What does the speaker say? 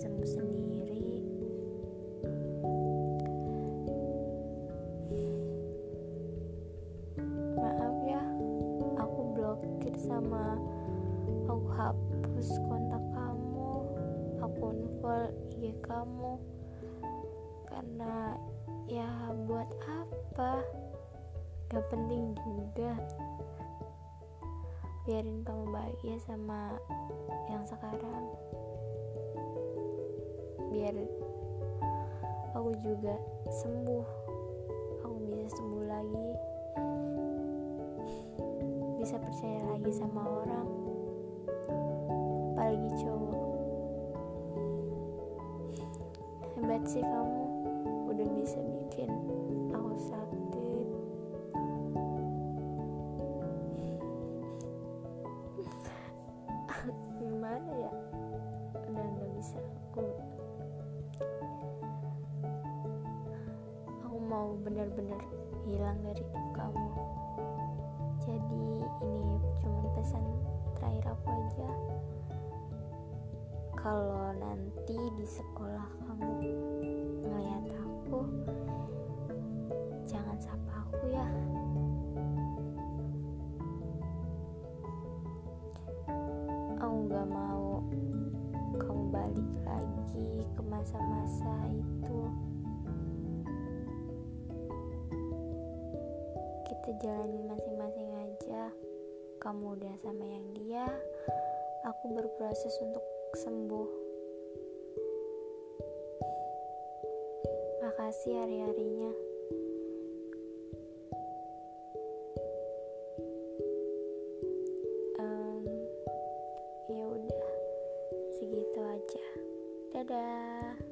sembuh sendiri. Maaf ya, aku blokir sama aku hapus kontak kamu, aku unfollow IG kamu, karena ya buat apa, gak penting juga. Biarin kamu bahagia sama yang sekarang, biar aku juga sembuh, aku bisa sembuh lagi, bisa percaya lagi sama orang, apalagi cowok. Hebat sih kamu, udah bisa bikin aku sakit. Gimana ya, udah gak bisa. Aku mau benar-benar hilang dari hidup kamu. Jadi ini cuma pesan terakhir aku aja. Kalau nanti di sekolah kamu ngeliat aku, jangan sapa aku ya. Aku gak mau kamu balik lagi ke masa-masa itu. Kita jalanin masing-masing aja. Kamu udah sama yang dia, aku berproses untuk sembuh. Makasih hari-harinya. Ya udah, segitu aja. Dadah.